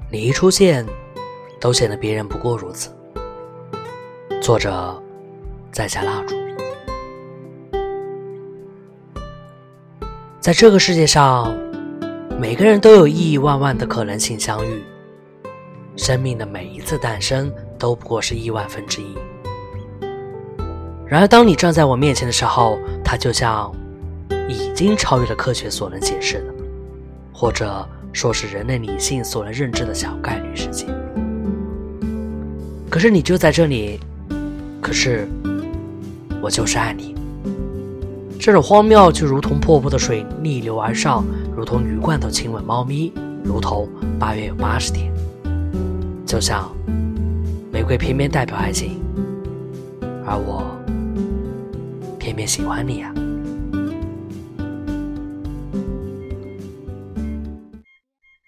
你一出现，都显得别人不过如此。作者在下蜡烛。在这个世界上，每个人都有亿亿万万的可能性相遇，生命的每一次诞生都不过是亿万分之一。然而当你站在我面前的时候，它就像已经超越了科学所能解释的，或者说是人类理性所能认知的小概率事件。可是你就在这里，可是我就是爱你。这种荒谬就如同瀑布的水逆流而上，如同鱼罐头亲吻猫咪，如同8月有80天，就像玫瑰偏偏代表爱情，而我偏偏喜欢你啊。